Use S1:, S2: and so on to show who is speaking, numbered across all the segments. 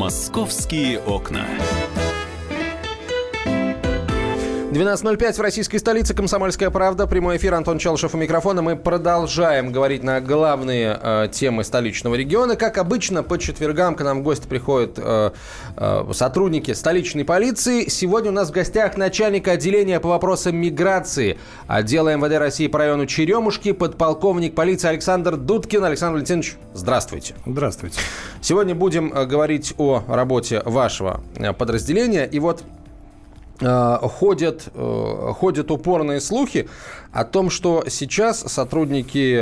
S1: «Московские окна».
S2: 12:05 в российской столице. «Комсомольская правда». Прямой эфир. Антон Челышев у микрофона. Мы продолжаем говорить на главные темы столичного региона. Как обычно, по четвергам к нам в гости приходят сотрудники столичной полиции. Сегодня у нас в гостях начальник отделения по вопросам миграции отдела МВД России по району Черемушки, подполковник полиции Александр Дудкин. Александр Валентинович, здравствуйте.
S3: Здравствуйте.
S2: Сегодня будем говорить о работе вашего подразделения. И вот ходят упорные слухи о том, что сейчас сотрудники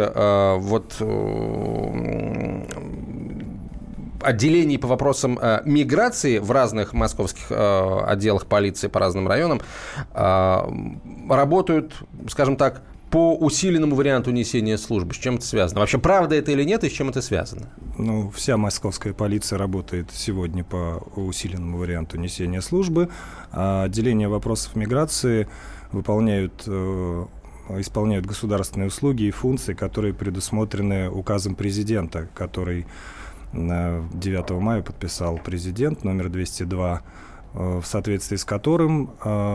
S2: отделений по вопросам миграции в разных московских отделах полиции по разным районам работают, скажем так, по усиленному варианту несения службы. С чем это связано? Вообще, правда это или нет, и с чем это связано?
S3: Вся московская полиция работает сегодня по усиленному варианту несения службы. А отделение вопросов миграции исполняют государственные услуги и функции, которые предусмотрены указом президента, который 9 мая подписал президент, номер 202, в соответствии с которым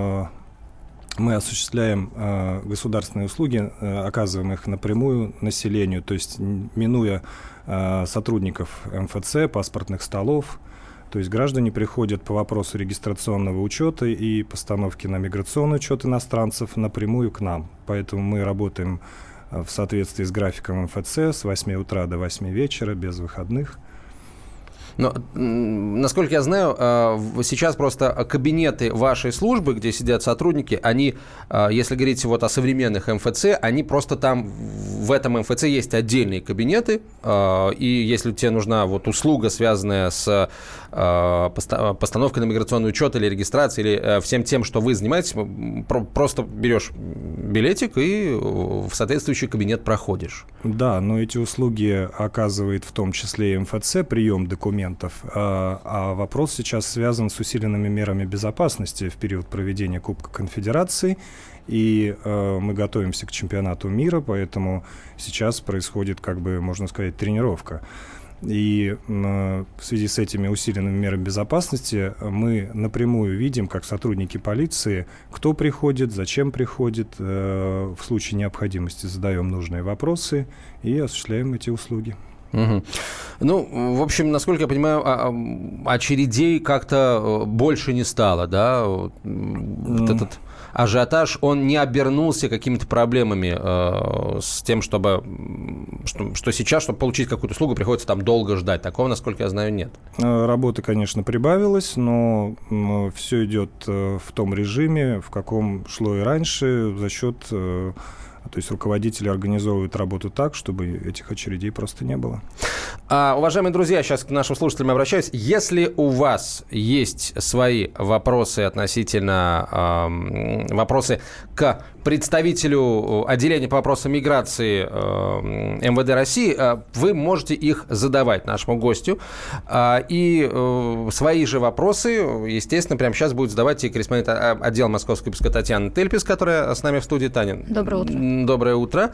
S3: мы осуществляем государственные услуги, оказываем их напрямую населению, то есть минуя сотрудников МФЦ, паспортных столов. То есть граждане приходят по вопросу регистрационного учета и постановки на миграционный учет иностранцев напрямую к нам. Поэтому мы работаем в соответствии с графиком МФЦ с 8 утра до 8 вечера, без выходных.
S2: Но, насколько я знаю, сейчас просто кабинеты вашей службы, где сидят сотрудники, они, если говорить вот о современных МФЦ, они просто там, в этом МФЦ есть отдельные кабинеты, и если тебе нужна вот услуга, связанная с постановкой на миграционный учет или регистрацией, или всем тем, что вы занимаетесь, просто берешь билетик и в соответствующий кабинет проходишь.
S3: Да, но эти услуги оказывает в том числе и МФЦ, прием документов. А вопрос сейчас связан с усиленными мерами безопасности в период проведения Кубка Конфедерации. И мы готовимся к чемпионату мира, поэтому сейчас происходит, можно сказать, тренировка. И в связи с этими усиленными мерами безопасности мы напрямую видим, как сотрудники полиции, кто приходит, зачем приходит, в случае необходимости задаем нужные вопросы и осуществляем эти услуги.
S2: Угу. В общем, насколько я понимаю, очередей как-то больше не стало, да? Вот этот ажиотаж, он не обернулся какими-то проблемами с тем, что сейчас, чтобы получить какую-то услугу, приходится там долго ждать. Такого, насколько я знаю, нет.
S3: Работа, конечно, прибавилась, но все идет в том режиме, в каком шло и раньше, за счет... То есть руководители организовывают работу так, чтобы этих очередей просто не было.
S2: Уважаемые друзья, сейчас к нашим слушателям обращаюсь. Если у вас есть свои вопросы относительно вопросы к представителю отделения по вопросам миграции МВД России, вы можете их задавать нашему гостю. И свои же вопросы, естественно, прямо сейчас будет задавать и корреспондент отдела московской выпуска Татьяна Тельпис, которая с нами в студии. Таня.
S4: Доброе утро.
S2: Доброе утро.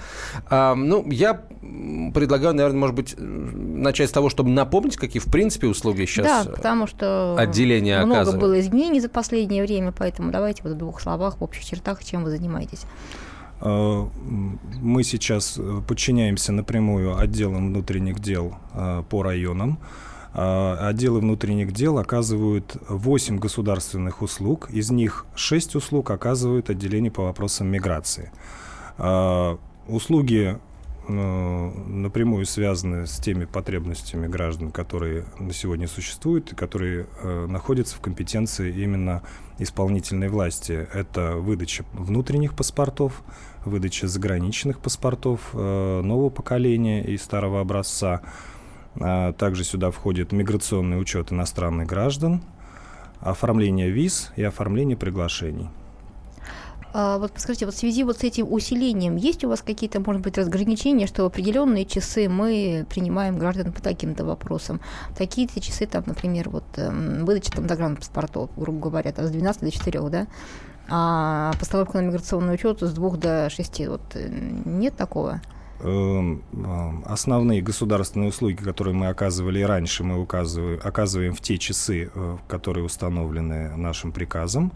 S2: Я предлагаю, наверное, может быть, начать с того, чтобы напомнить, какие, в принципе, услуги сейчас
S4: потому что
S2: отделение
S4: много
S2: оказывает.
S4: было изменений за последнее время, поэтому давайте в двух словах, в общих чертах, чем вы занимаетесь.
S3: Мы сейчас подчиняемся напрямую отделам внутренних дел по районам. Отделы внутренних дел оказывают 8 государственных услуг, из них 6 услуг оказывают отделение по вопросам миграции. Услуги напрямую связаны с теми потребностями граждан, которые на сегодня существуют и которые находятся в компетенции именно исполнительной власти. Это выдача внутренних паспортов, выдача заграничных паспортов нового поколения и старого образца. Также сюда входит миграционный учет иностранных граждан, оформление виз и оформление приглашений.
S4: Подскажите, в связи с этим усилением, есть у вас какие-то, может быть, разграничения, что в определенные часы мы принимаем граждан по таким-то вопросам? Такие-то часы, например, выдача загранпаспортов, грубо говоря, с 12 до 4, да? А постановка на миграционный учет с 2 до 6, нет такого?
S3: основные государственные услуги, которые мы оказывали и раньше, мы оказываем в те часы, которые установлены нашим приказом.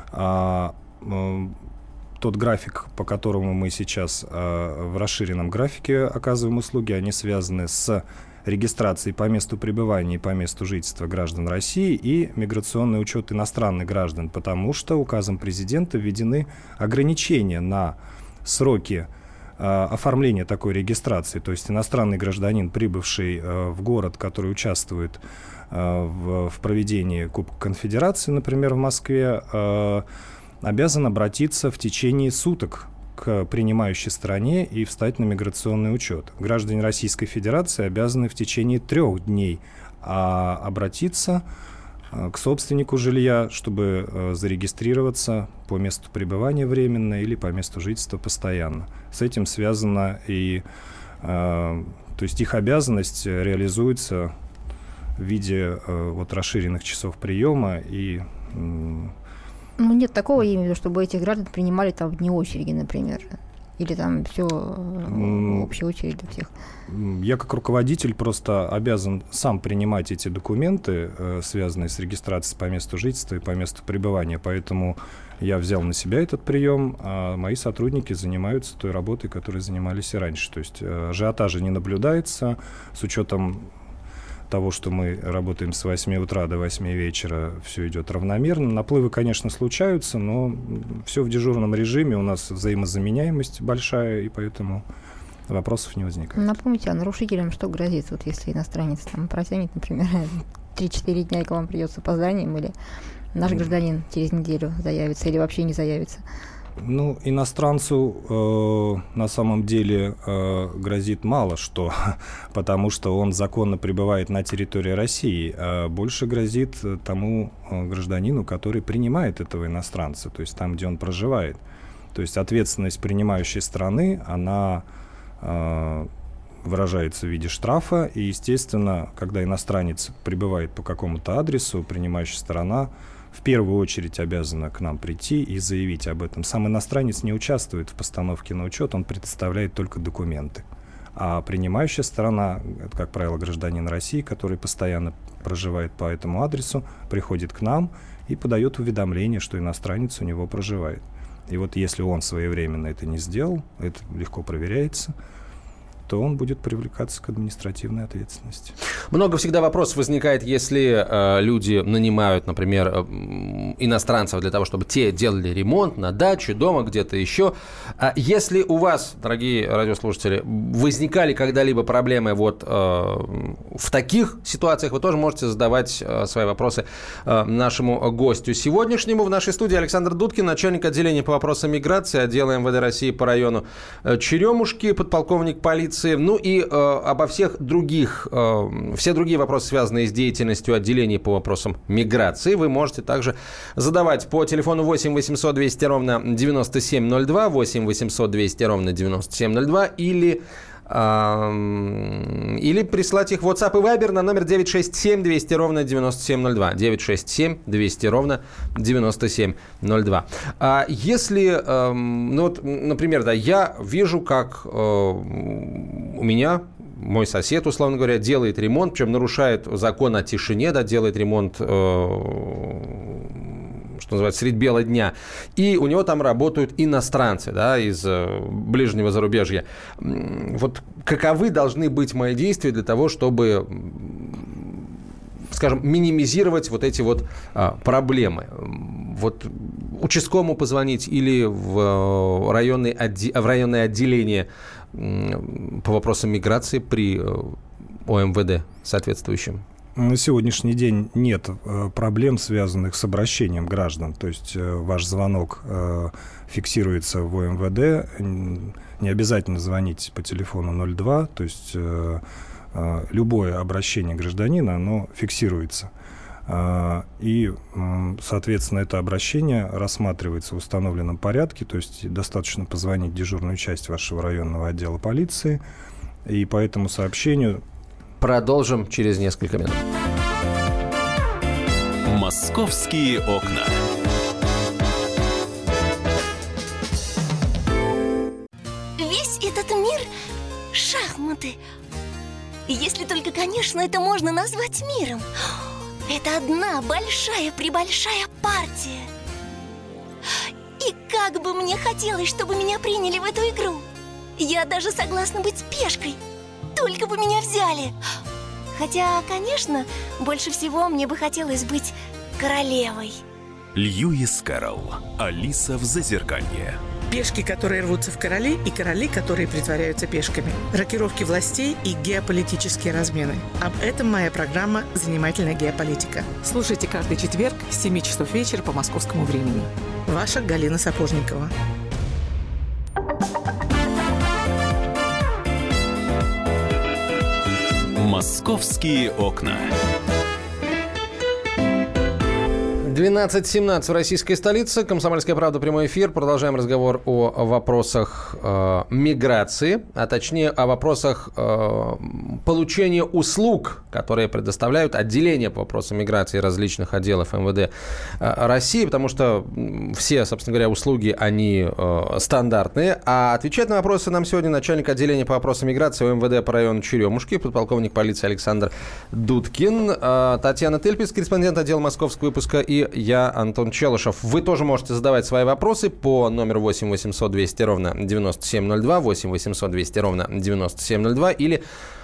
S3: Тот график, по которому мы сейчас в расширенном графике оказываем услуги, они связаны с регистрацией по месту пребывания и по месту жительства граждан России и миграционный учет иностранных граждан, потому что указом президента введены ограничения на сроки оформления такой регистрации. То есть иностранный гражданин, прибывший в город, который участвует в проведении Кубка Конфедерации, например, в Москве, обязан обратиться в течение суток к принимающей стране и встать на миграционный учет. Граждане Российской Федерации обязаны в течение 3 дней обратиться к собственнику жилья, чтобы зарегистрироваться по месту пребывания временно или по месту жительства постоянно. С этим связано и... То есть их обязанность реализуется в виде расширенных часов приема и...
S4: нет такого, я имею в виду, чтобы этих граждан принимали там вне очереди, например. Или там все общая очередь для всех?
S3: Я как руководитель просто обязан сам принимать эти документы, связанные с регистрацией по месту жительства и по месту пребывания. Поэтому я взял на себя этот прием, а мои сотрудники занимаются той работой, которой занимались и раньше. То есть ажиотажа не наблюдается с учетом того, что мы работаем с 8 утра до 8 вечера, все идет равномерно. Наплывы, конечно, случаются, но все в дежурном режиме, у нас взаимозаменяемость большая, и поэтому вопросов не возникает.
S4: Напомните, а нарушителям что грозит, вот если иностранец там протянет, например, 3-4 дня, и к вам придет с опозданием, или наш гражданин через неделю заявится, или вообще не заявится?
S3: Иностранцу на самом деле грозит мало что, потому что он законно пребывает на территории России, а больше грозит тому гражданину, который принимает этого иностранца, то есть там, где он проживает. То есть ответственность принимающей страны, она выражается в виде штрафа, и, естественно, когда иностранец прибывает по какому-то адресу, принимающая сторона в первую очередь обязана к нам прийти и заявить об этом. Сам иностранец не участвует в постановке на учет, он предоставляет только документы. А принимающая сторона, это, как правило, гражданин России, который постоянно проживает по этому адресу, приходит к нам и подает уведомление, что иностранец у него проживает. И вот если он своевременно это не сделал, это легко проверяется, то он будет привлекаться к административной ответственности.
S2: Много всегда вопросов возникает, если люди нанимают, например, иностранцев для того, чтобы те делали ремонт на даче, дома, где-то еще. Если у вас, дорогие радиослушатели, возникали когда-либо проблемы в таких ситуациях, вы тоже можете задавать свои вопросы нашему гостю сегодняшнему. В нашей студии Александр Дудкин, начальник отделения по вопросам миграции отдела МВД России по району Черемушки, подполковник полиции. И обо всех других, все другие вопросы, связанные с деятельностью отделений по вопросам миграции, вы можете также задавать по телефону 8 800 200 ровно 9702, 8 800 200 ровно 9702 или прислать их в WhatsApp и Viber на номер 967 200 ровно 9702. 967 200 ровно 9702. Если, например, я вижу, как у меня мой сосед, условно говоря, делает ремонт, причем нарушает закон о тишине, делает ремонт, что называется, средь бела дня. И у него там работают иностранцы, из ближнего зарубежья. Вот каковы должны быть мои действия для того, чтобы, скажем, минимизировать вот эти проблемы? Вот участковому позвонить или в районное отделение по вопросам миграции при ОМВД соответствующем?
S3: На сегодняшний день нет проблем, связанных с обращением граждан. То есть ваш звонок фиксируется в ОМВД. Не обязательно звонить по телефону 02. То есть любое обращение гражданина, оно фиксируется. И, соответственно, это обращение рассматривается в установленном порядке. То есть достаточно позвонить в дежурную часть вашего районного отдела полиции. И по этому сообщению...
S2: Продолжим через несколько минут.
S1: «Московские окна».
S5: Весь этот мир планеты. Если только, конечно, это можно назвать миром. Это одна большая-пребольшая партия. И как бы мне хотелось, чтобы меня приняли в эту игру. Я даже согласна быть пешкой. Только бы меня взяли. Хотя, конечно, больше всего мне бы хотелось быть королевой.
S1: Льюис Кэрролл. Алиса в Зазеркалье.
S6: Пешки, которые рвутся в короли, и короли, которые притворяются пешками. Рокировки властей и геополитические размены. Об этом моя программа «Занимательная геополитика».
S7: Слушайте каждый четверг с 7 часов вечера по московскому времени.
S6: Ваша Галина Сапожникова.
S1: Московские окна.
S2: 12:17 в российской столице. «Комсомольская правда», прямой эфир. Продолжаем разговор о вопросах миграции, а точнее о вопросах получения услуг, которые предоставляют отделения по вопросам миграции различных отделов МВД России, потому что все, собственно говоря, услуги, они стандартные. А отвечать на вопросы нам сегодня начальник отделения по вопросам миграции МВД по району Черемушки, подполковник полиции Александр Дудкин, Татьяна Тельпис, корреспондент отдела московского выпуска, и я, Антон Челышев. Вы тоже можете задавать свои вопросы по номеру 8 800 200 ровно 9702, 8 800 200 ровно 9702 или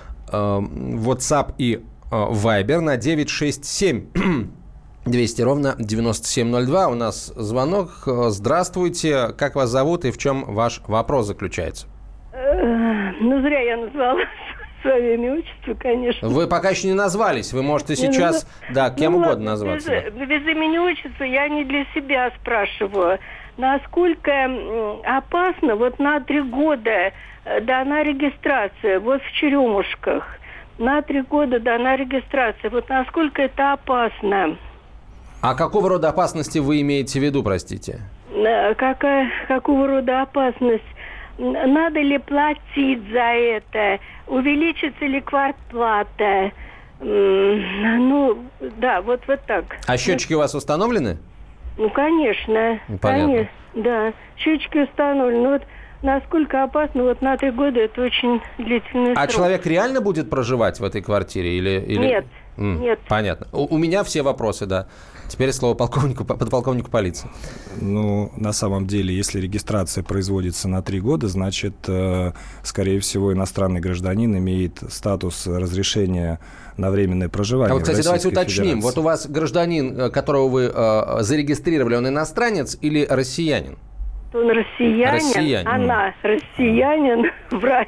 S2: WhatsApp и Viber на 967 200 ровно 9702. У нас звонок. Здравствуйте. Как вас зовут и в чем ваш вопрос заключается?
S8: Ну, зря я назвала свое имя, отчество, конечно.
S2: Вы пока еще не назвались. Вы можете сейчас, кем угодно назваться.
S8: Без имени, отчества я не для себя спрашиваю. Насколько опасно вот на 3 года дана регистрация, вот в Черемушках. На 3 года дана регистрация. Вот насколько это опасно?
S2: А какого рода опасности вы имеете в виду, простите?
S8: Какого рода опасность? Надо ли платить за это? Увеличится ли квартплата? Ну, да, вот так.
S2: А счетчики у вас установлены?
S8: Ну, конечно.
S2: Понятно.
S8: Конечно, да. Счетчики установлены. Вот насколько опасно, вот на 3 года это очень длительный срок.
S2: А человек реально будет проживать в этой квартире? Или...
S8: Нет. Нет.
S2: Понятно. У меня все вопросы, да. Теперь слово подполковнику полиции.
S3: Ну, на самом деле, если регистрация производится на 3 года, значит, скорее всего, иностранный гражданин имеет статус разрешения на временное проживание.
S2: А вот, кстати, давайте уточним.
S3: Федерации.
S2: Вот у вас гражданин, которого вы зарегистрировали, он иностранец или россиянин?
S8: Он россиянин. Она россиянин, врач,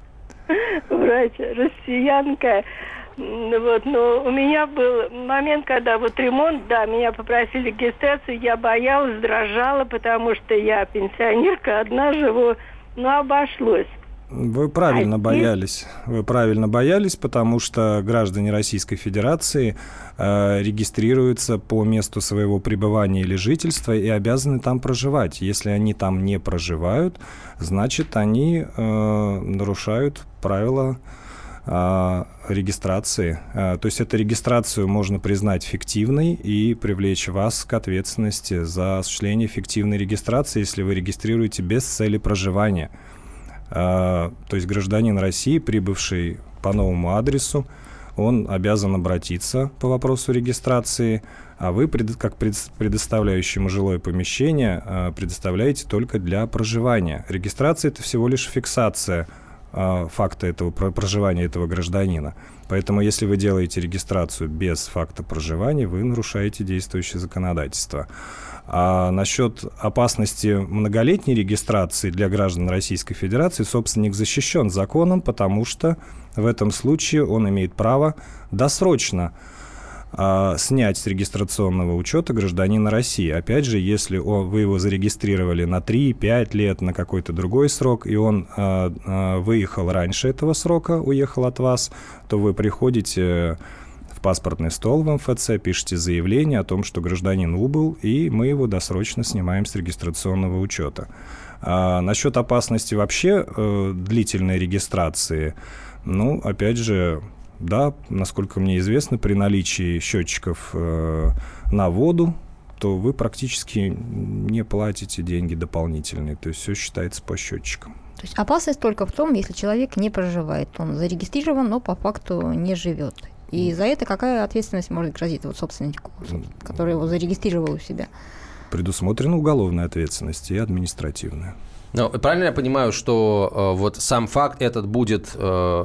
S8: россиянка. Вот, но у меня был момент, когда вот ремонт, да, меня попросили регистрацию, я боялась, дрожала, потому что я пенсионерка, одна живу, но обошлось.
S3: Вы правильно боялись. Вы правильно боялись, потому что граждане Российской Федерации регистрируются по месту своего пребывания или жительства и обязаны там проживать. Если они там не проживают, значит, они нарушают правила регистрации. То есть эту регистрацию можно признать фиктивной и привлечь вас к ответственности за осуществление фиктивной регистрации, если вы регистрируете без цели проживания. То есть гражданин России, прибывший по новому адресу, он обязан обратиться по вопросу регистрации, а вы, как предоставляющему жилое помещение, предоставляете только для проживания. Регистрация – это всего лишь фиксация факта этого проживания этого гражданина. Поэтому, если вы делаете регистрацию без факта проживания, вы нарушаете действующее законодательство. А насчет опасности многолетней регистрации для граждан Российской Федерации собственник защищен законом, потому что в этом случае он имеет право досрочно снять с регистрационного учета гражданина России. Опять же, если вы его зарегистрировали на 3-5 лет, на какой-то другой срок, и он выехал раньше этого срока, уехал от вас, то вы приходите в паспортный стол в МФЦ, пишете заявление о том, что гражданин убыл, и мы его досрочно снимаем с регистрационного учета. Насчет опасности вообще длительной регистрации, ну, опять же, да, насколько мне известно, при наличии счетчиков на воду, то вы практически не платите деньги дополнительные. То есть все считается по счетчикам.
S4: То есть опасность только в том, если человек не проживает. Он зарегистрирован, но по факту не живет. И за это какая ответственность может грозить вот собственнику, который его зарегистрировал у себя?
S3: Предусмотрена уголовная ответственность и административная.
S2: Ну, правильно я понимаю, что вот сам факт этот будет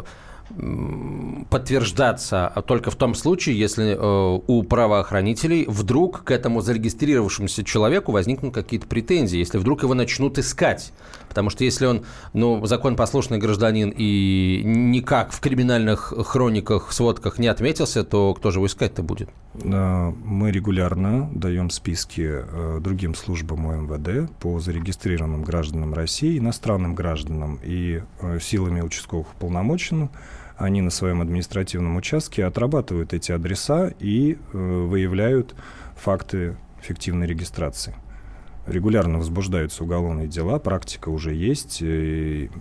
S2: подтверждаться только в том случае, если у правоохранителей вдруг к этому зарегистрировавшемуся человеку возникнут какие-то претензии, если вдруг его начнут искать. Потому что если он, законопослушный гражданин и никак в криминальных хрониках, сводках не отметился, то кто же его искать-то будет?
S3: Мы регулярно даем списки другим службам МВД по зарегистрированным гражданам России, иностранным гражданам, и силами участковых уполномоченных они на своем административном участке отрабатывают эти адреса и выявляют факты фиктивной регистрации. Регулярно возбуждаются уголовные дела, практика уже есть. И,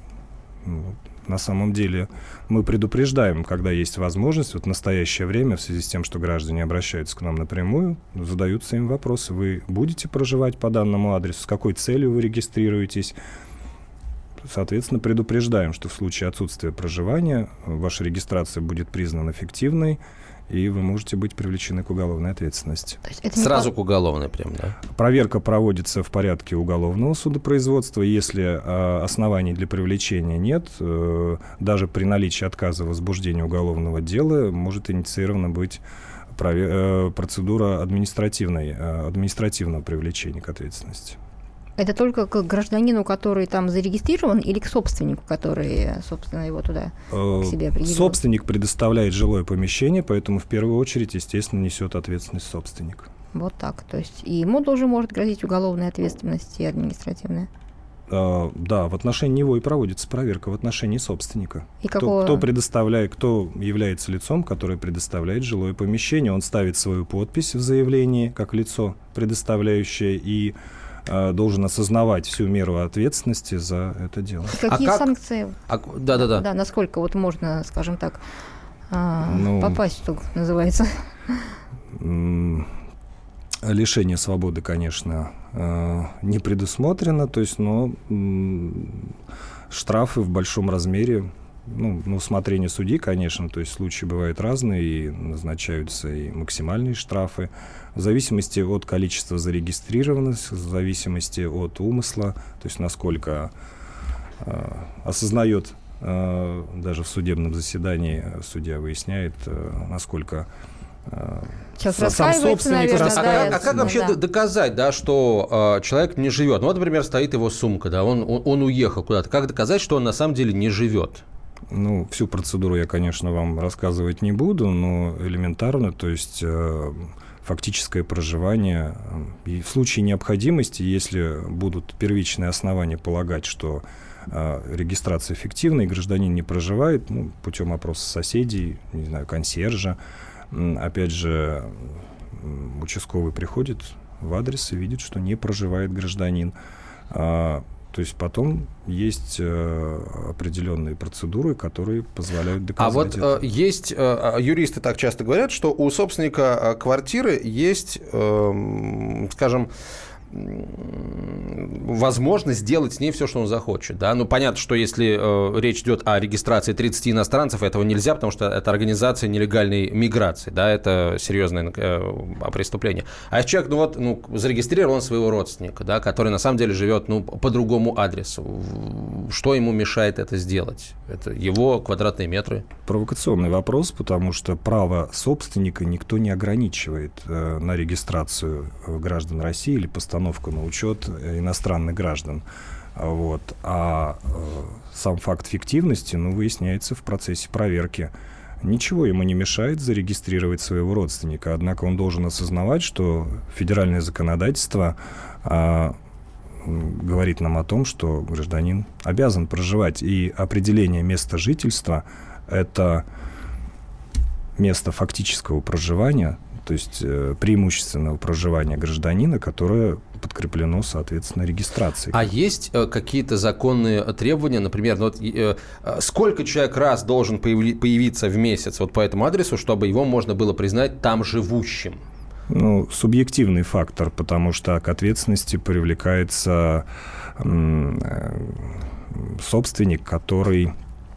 S3: на самом деле мы предупреждаем, когда есть возможность. Вот в настоящее время, в связи с тем, что граждане обращаются к нам напрямую, задаются им вопросы: вы будете проживать по данному адресу, с какой целью вы регистрируетесь? Соответственно, предупреждаем, что в случае отсутствия проживания ваша регистрация будет признана фиктивной, и вы можете быть привлечены к уголовной ответственности.
S2: Сразу к уголовной прям, да?
S3: Проверка проводится в порядке уголовного судопроизводства. Если оснований для привлечения нет, даже при наличии отказа в возбуждении уголовного дела может инициирована быть процедура административного привлечения к ответственности.
S4: Это только к гражданину, который там зарегистрирован, или к собственнику, который, собственно, его туда к себе определил?
S3: Собственник предоставляет жилое помещение, поэтому в первую очередь, естественно, несет ответственность собственник. Вот
S4: так. То есть и ему тоже может грозить уголовная ответственность и административная?
S3: Да, в отношении него и проводится проверка, в отношении собственника.
S4: И
S3: кто является лицом, которое предоставляет жилое помещение, он ставит свою подпись в заявлении как лицо, предоставляющее, и должен осознавать всю меру ответственности за это дело.
S4: И какие санкции? Да, насколько вот можно, скажем так, попасть, что называется?
S3: Лишение свободы, конечно, не предусмотрено, то есть, но штрафы в большом размере, на усмотрение судьи, конечно, то есть случаи бывают разные, и назначаются и максимальные штрафы, в зависимости от количества зарегистрированных, в зависимости от умысла, то есть насколько осознает, даже в судебном заседании судья выясняет, насколько сам собственник...
S4: Наверное,
S2: а как вообще доказать, что человек не живет? Вот, например, стоит его сумка, он уехал куда-то. Как доказать, что он на самом деле не живет?
S3: Всю процедуру я, конечно, вам рассказывать не буду, но элементарно, то есть фактическое проживание. И в случае необходимости, если будут первичные основания полагать, что регистрация фиктивна и гражданин не проживает, путем опроса соседей, не знаю, консьержа, опять же, участковый приходит в адрес и видит, что не проживает гражданин. То есть потом есть определенные процедуры, которые позволяют доказать это.
S2: Есть, юристы так часто говорят, что у собственника квартиры есть, скажем, возможность сделать с ней все, что он захочет. Да? Понятно, что если речь идет о регистрации 30 иностранцев, этого нельзя, потому что это организация нелегальной миграции. Да? Это серьезное преступление. А если человек зарегистрировал своего родственника, да, который на самом деле живет по другому адресу, что ему мешает это сделать? Это его квадратные метры.
S3: Провокационный вопрос, потому что право собственника никто не ограничивает на регистрацию граждан России или постановку на учет иностранных граждан. А сам факт фиктивности выясняется в процессе проверки. Ничего ему не мешает зарегистрировать своего родственника, однако он должен осознавать, что федеральное законодательство говорит нам о том, что гражданин обязан проживать, и определение места жительства – это место фактического проживания, то есть преимущественного проживания гражданина, которое подкреплено, соответственно, регистрацией.
S2: А есть какие-то законные требования, например, сколько человек раз должен появиться в месяц по этому адресу, чтобы его можно было признать там живущим?
S3: Субъективный фактор, потому что к ответственности привлекается собственник, который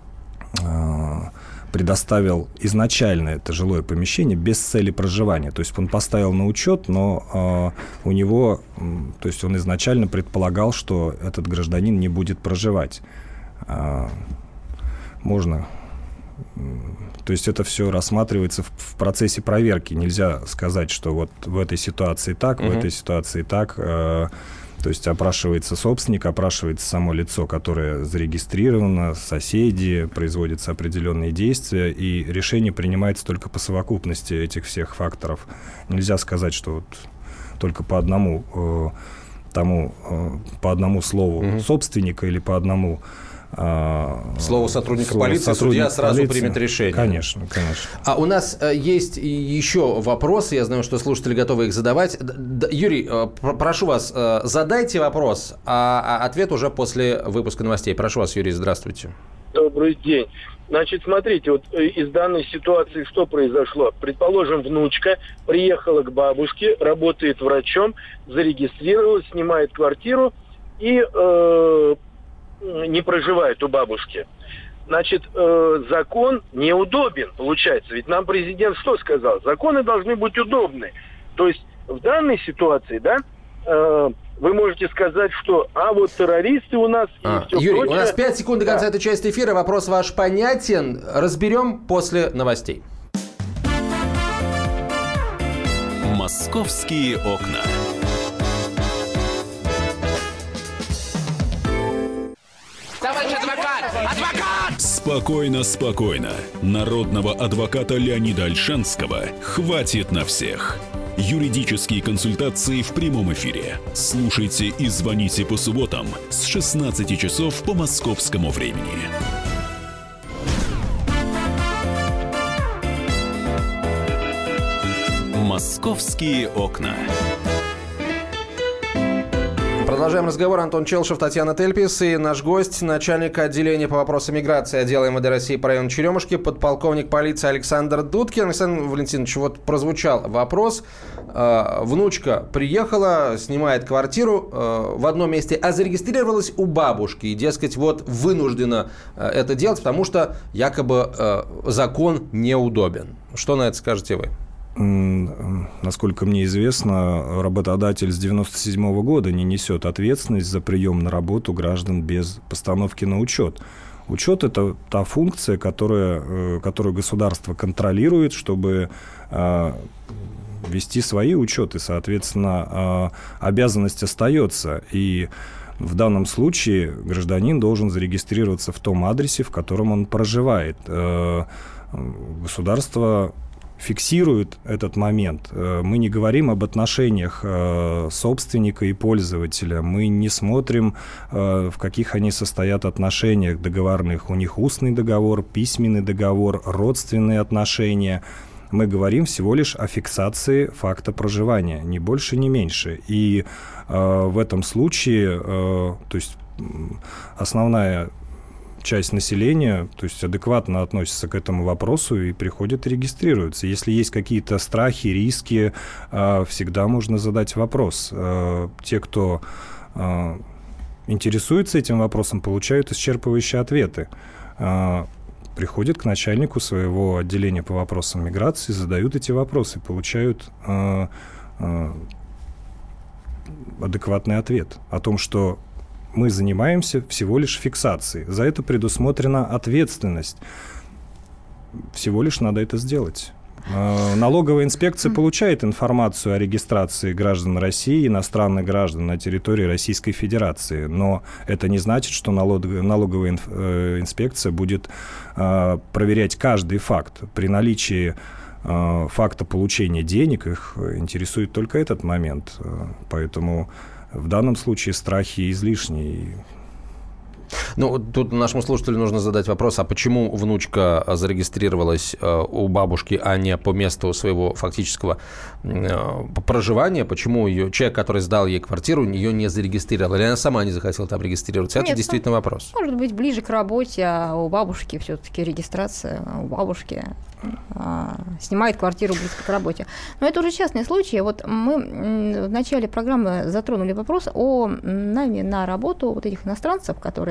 S3: предоставил изначально это жилое помещение без цели проживания. То есть он поставил на учет, но у него, то есть он изначально предполагал, что этот гражданин не будет проживать. Можно... То есть это все рассматривается в процессе проверки. Нельзя сказать, что вот в этой ситуации так, в этой ситуации так. То есть опрашивается собственник, опрашивается само лицо, которое зарегистрировано, соседи, производятся определенные действия, и решение принимается только по совокупности этих всех факторов. Нельзя сказать, что вот только по одному слову собственника или по одному
S2: слово сотрудника полиции, судья сразу примет решение.
S3: Конечно, конечно.
S2: А у нас есть еще вопросы, я знаю, что слушатели готовы их задавать. Юрий, прошу вас, задайте вопрос, а ответ уже после выпуска новостей. Прошу вас, Юрий, здравствуйте.
S9: Добрый день. Значит, смотрите, вот из данной ситуации что произошло? Предположим, внучка приехала к бабушке, работает врачом, зарегистрировалась, снимает квартиру и... не проживает у бабушки. Значит, закон неудобен, получается. Ведь нам президент что сказал? Законы должны быть удобны. То есть в данной ситуации, да, вы можете сказать, что вот террористы у нас и все
S2: Юрий,
S9: прочее.
S2: У нас 5 секунд до конца этой части эфира. Вопрос ваш понятен. Разберем после новостей.
S1: «Московские окна».
S10: Товарищ адвокат! Адвокат!
S1: Спокойно, спокойно. Народного адвоката Леонида Ольшанского хватит на всех. Юридические консультации в прямом эфире. Слушайте и звоните по субботам с 16 часов по московскому времени. «Московские окна».
S2: Продолжаем разговор. Антон Челшев, Татьяна Тельпис и наш гость, начальник отделения по вопросам миграции отдела МВД России по району Черемушки, подполковник полиции Александр Дудкин. Александр Валентинович, вот прозвучал вопрос. Внучка приехала, снимает квартиру в одном месте, а зарегистрировалась у бабушки. И, дескать, вот вынуждена это делать, потому что якобы закон неудобен. Что на это скажете вы?
S3: Насколько мне известно, работодатель с 1997 года не несет ответственность за прием на работу граждан без постановки на учет. Учет – это та функция, которую государство контролирует, чтобы вести свои учеты. Соответственно, обязанность остается. И в данном случае гражданин должен зарегистрироваться в том адресе, в котором он проживает. Государство фиксирует этот момент. Мы не говорим об отношениях собственника и пользователя. Мы не смотрим, в каких они состоят отношениях договорных. У них устный договор, письменный договор, родственные отношения. Мы говорим всего лишь о фиксации факта проживания, ни больше, ни меньше. И в этом случае, то есть основная часть населения, то есть адекватно относится к этому вопросу и приходит и регистрируется. Если есть какие-то страхи, риски, всегда можно задать вопрос. Те, кто интересуется этим вопросом, получают исчерпывающие ответы. Приходят к начальнику своего отделения по вопросам миграции, задают эти вопросы, получают адекватный ответ о том, что мы занимаемся всего лишь фиксацией. За это предусмотрена ответственность. Всего лишь надо это сделать. Налоговая инспекция получает информацию о регистрации граждан России, иностранных граждан на территории Российской Федерации. Но это не значит, что налоговая инспекция будет проверять каждый факт. При наличии факта получения денег их интересует только этот момент. Поэтому в данном случае страхи излишни.
S2: Ну, тут нашему слушателю нужно задать вопрос, а почему внучка зарегистрировалась у бабушки, а не по месту своего фактического проживания? Почему ее человек, который сдал ей квартиру, ее не зарегистрировал? Или она сама не захотела там регистрироваться? Это действительно вопрос.
S4: Может быть, ближе к работе, а у бабушки все-таки регистрация, у бабушки снимает квартиру близко к работе. Но это уже частный случай. Вот мы в начале программы затронули вопрос о найме на работу вот этих иностранцев, которые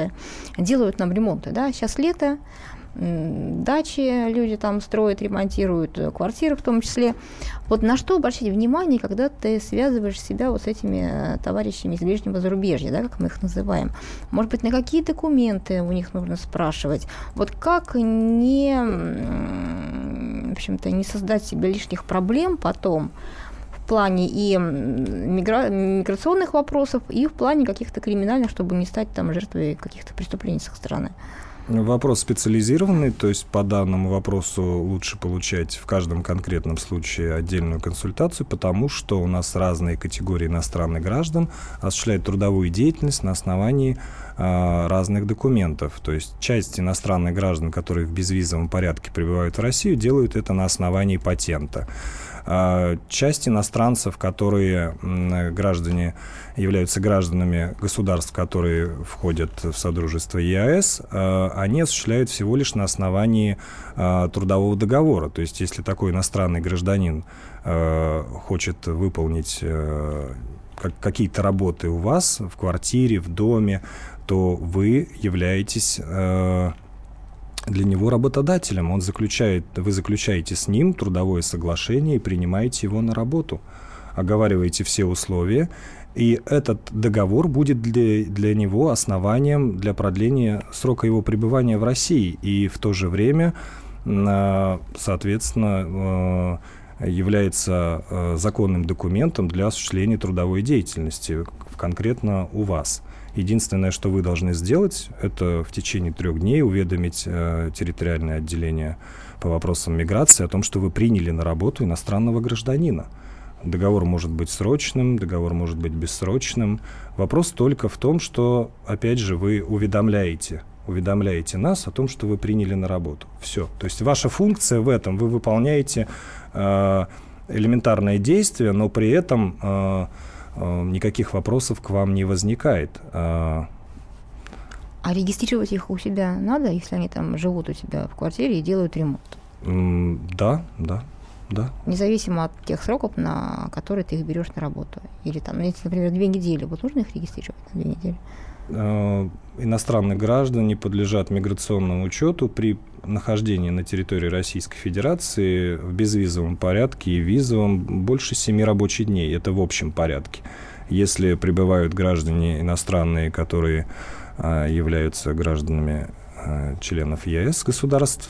S4: вопросы, делают нам ремонты. Да? Сейчас лето, дачи люди там строят, ремонтируют, квартиры в том числе. Вот на что обращать внимание, когда ты связываешь себя вот с этими товарищами из ближнего зарубежья, да, как мы их называем? Может быть, на какие документы у них нужно спрашивать? Вот как не, в общем-то, не создать себе лишних проблем потом в плане и миграционных вопросов, и в плане каких-то криминальных, чтобы не стать там жертвой каких-то преступлений с их стороны?
S3: Вопрос специализированный, то есть по данному вопросу лучше получать в каждом конкретном случае отдельную консультацию, потому что у нас разные категории иностранных граждан осуществляют трудовую деятельность на основании разных документов. То есть часть иностранных граждан, которые в безвизовом порядке прибывают в Россию, делают это на основании патента. Часть иностранцев, которые граждане, являются гражданами государств, которые входят в Содружество ЕАЭС, они осуществляют всего лишь на основании трудового договора. То есть если такой иностранный гражданин хочет выполнить какие-то работы у вас в квартире, в доме, то вы являетесь для него работодателем. Вы заключаете с ним трудовое соглашение и принимаете его на работу. Оговариваете все условия, и этот договор будет для него основанием для продления срока его пребывания в России. И в то же время, соответственно, является законным документом для осуществления трудовой деятельности, конкретно у вас. Единственное, что вы должны сделать, это в течение 3 дней уведомить территориальное отделение по вопросам миграции о том, что вы приняли на работу иностранного гражданина. Договор может быть срочным, договор может быть бессрочным. Вопрос только в том, что, опять же, вы уведомляете нас о том, что вы приняли на работу. Все. То есть ваша функция в этом, вы выполняете элементарное действие, но при этом никаких вопросов к вам не возникает.
S4: А регистрировать их у себя надо, если они там живут у тебя в квартире и делают ремонт?
S3: Да.
S4: Независимо от тех сроков, на которые ты их берешь на работу. Или там, если, например, 2 недели, вот нужно их регистрировать на 2 недели?
S3: Иностранные граждане подлежат миграционному учету при нахождении на территории Российской Федерации в безвизовом порядке и визовом больше 7 рабочих дней. Это в общем порядке. Если прибывают граждане иностранные, которые являются гражданами членов ЕС государств,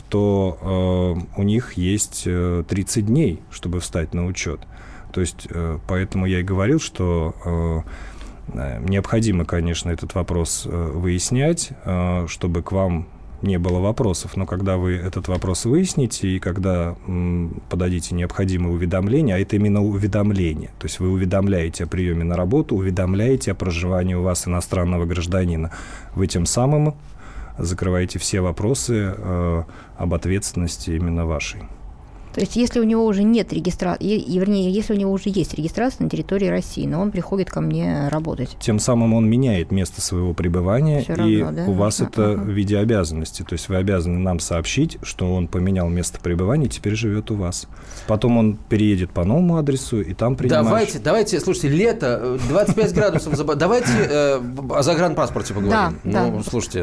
S3: то у них есть 30 дней, чтобы встать на учет. То есть поэтому я и говорил, что необходимо, конечно, этот вопрос выяснять, чтобы к вам не было вопросов. Но когда вы этот вопрос выясните и когда подадите необходимые уведомления, а это именно уведомление, то есть вы уведомляете о приеме на работу, уведомляете о проживании у вас иностранного гражданина, вы тем самым закрываете все вопросы об ответственности именно вашей.
S4: То есть если у него уже нет регистрации, вернее, если у него уже есть регистрация на территории России, но он приходит ко мне работать.
S3: Тем самым он меняет место своего пребывания,
S4: Всё
S3: и
S4: равно, да?
S3: у вас это в виде обязанности. То есть вы обязаны нам сообщить, что он поменял место пребывания и теперь живет у вас. Потом он переедет по новому адресу и там принимает.
S2: Давайте, слушайте, лето, 25 градусов, давайте о загранпаспорте поговорим.
S4: Да.
S2: Слушайте,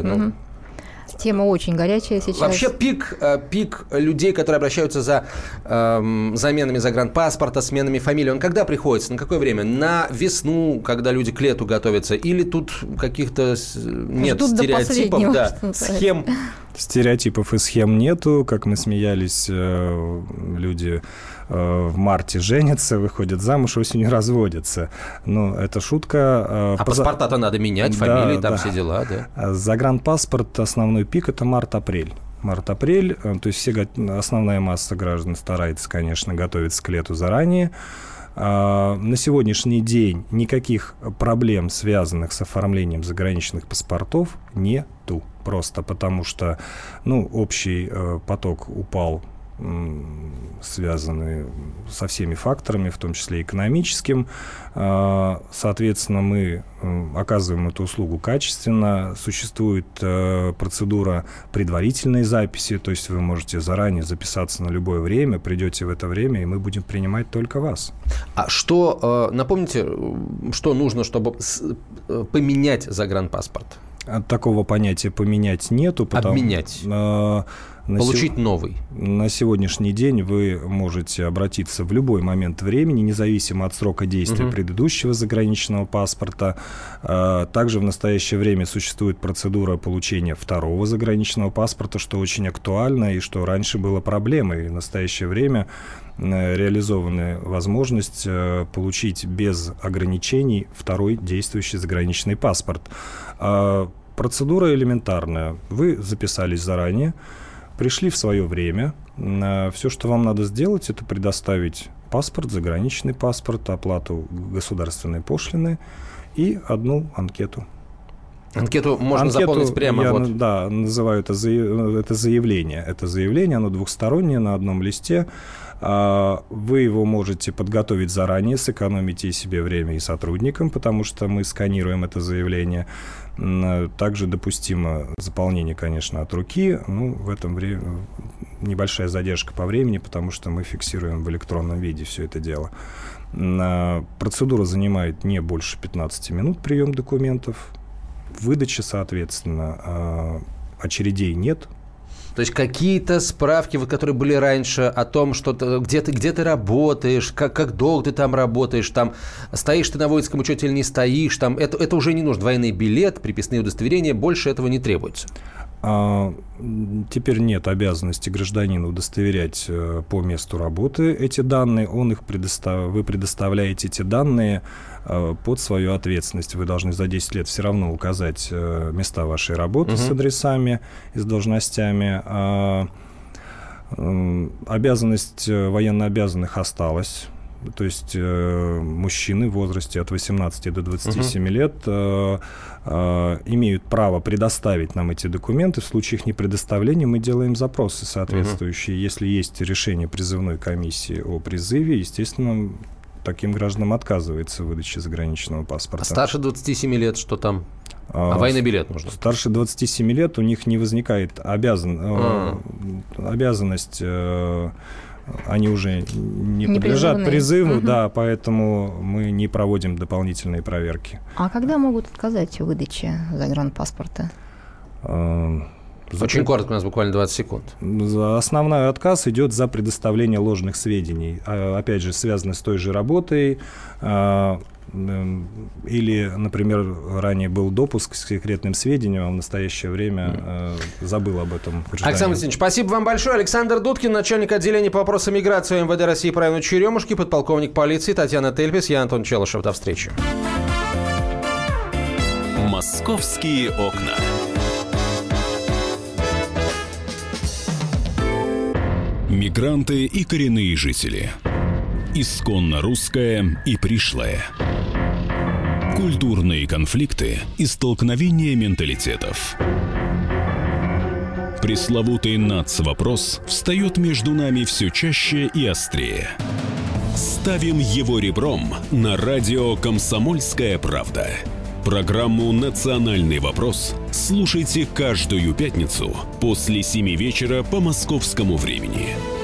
S4: Тема очень горячая сейчас.
S2: Вообще пик людей, которые обращаются за заменами загранпаспорта, сменами фамилии, он когда приходится? На какое время? На весну, когда люди к лету готовятся? Или тут каких-то нет стереотипов, схем?
S3: Стереотипов и схем нету. Как мы смеялись, люди в марте женятся, выходят замуж, осенью разводятся. Но это шутка.
S2: Паспорта-то надо менять, фамилии, там все дела, да?
S3: Загранпаспорт, основной пик – это март-апрель. Март-апрель, то есть основная масса граждан старается, конечно, готовиться к лету заранее. На сегодняшний день никаких проблем, связанных с оформлением заграничных паспортов, нету. Просто потому что общий поток упал, связанный со всеми факторами, в том числе экономическим. Соответственно, мы оказываем эту услугу качественно. Существует процедура предварительной записи, то есть вы можете заранее записаться на любое время, придете в это время, и мы будем принимать только вас.
S2: А что, напомните, что нужно, чтобы поменять загранпаспорт?
S3: Такого понятия «поменять» нету.
S2: Обменять. Получить новый.
S3: На сегодняшний день вы можете обратиться в любой момент времени, независимо от срока действия предыдущего заграничного паспорта. Также в настоящее время существует процедура получения второго заграничного паспорта, что очень актуально и что раньше было проблемой. В настоящее время реализована возможность получить без ограничений второй действующий заграничный паспорт. Процедура элементарная. Вы записались заранее, пришли в свое время. Все, что вам надо сделать, это предоставить паспорт, заграничный паспорт, оплату государственной пошлины и одну анкету.
S2: Анкету можно заполнить прямо вот.
S3: Да, называю это заявление. Это заявление, оно двухстороннее, на одном листе. Вы его можете подготовить заранее, сэкономите и себе время, и сотрудникам, потому что мы сканируем это заявление. Также допустимо заполнение, конечно, от руки. В этом небольшая задержка по времени, потому что мы фиксируем в электронном виде все это дело. Процедура занимает не больше 15 минут, прием документов. Выдача, соответственно, очередей нет.
S2: То есть какие-то справки, которые были раньше о том, что где ты работаешь, как долго ты там работаешь, там стоишь ты на воинском учете или не стоишь, там это уже не нужно. Двойный билет, приписные удостоверения, больше этого не требуется.
S3: Теперь нет обязанности гражданина удостоверять по месту работы эти данные. Вы предоставляете эти данные под свою ответственность. Вы должны за 10 лет все равно указать места вашей работы с адресами и с должностями. Обязанность военнообязанных осталась. То есть мужчины в возрасте от 18 до 27 лет имеют право предоставить нам эти документы. В случае их непредоставления мы делаем запросы соответствующие. Если есть решение призывной комиссии о призыве, естественно, таким гражданам отказывается в выдаче заграничного паспорта.
S2: А старше 27 лет что там? А военный билет нужно?
S3: Старше 27 лет у них не возникает обязанность... Они уже не подлежат призыву, да, поэтому мы не проводим дополнительные проверки.
S4: А когда могут отказать в выдаче загранпаспорта?
S2: Очень коротко, у нас буквально 20 секунд.
S3: Основной отказ идет за предоставление ложных сведений. Опять же, связано с той же работой. Или, например, ранее был допуск к секретным сведениям, а в настоящее время забыл об этом гражданин.
S2: Александр Васильевич, спасибо вам большое. Александр Дудкин, начальник отделения по вопросам миграции МВД России по району Черемушки, подполковник полиции Татьяна Тельпис, я Антон Челышев. До встречи.
S1: «Московские окна». Мигранты и коренные жители. Исконно русское и пришлое. Культурные конфликты и столкновения менталитетов. Пресловутый нацвопрос встает между нами все чаще и острее. Ставим его ребром на радио «Комсомольская правда». Программу «Национальный вопрос» слушайте каждую пятницу после 7 вечера по московскому времени.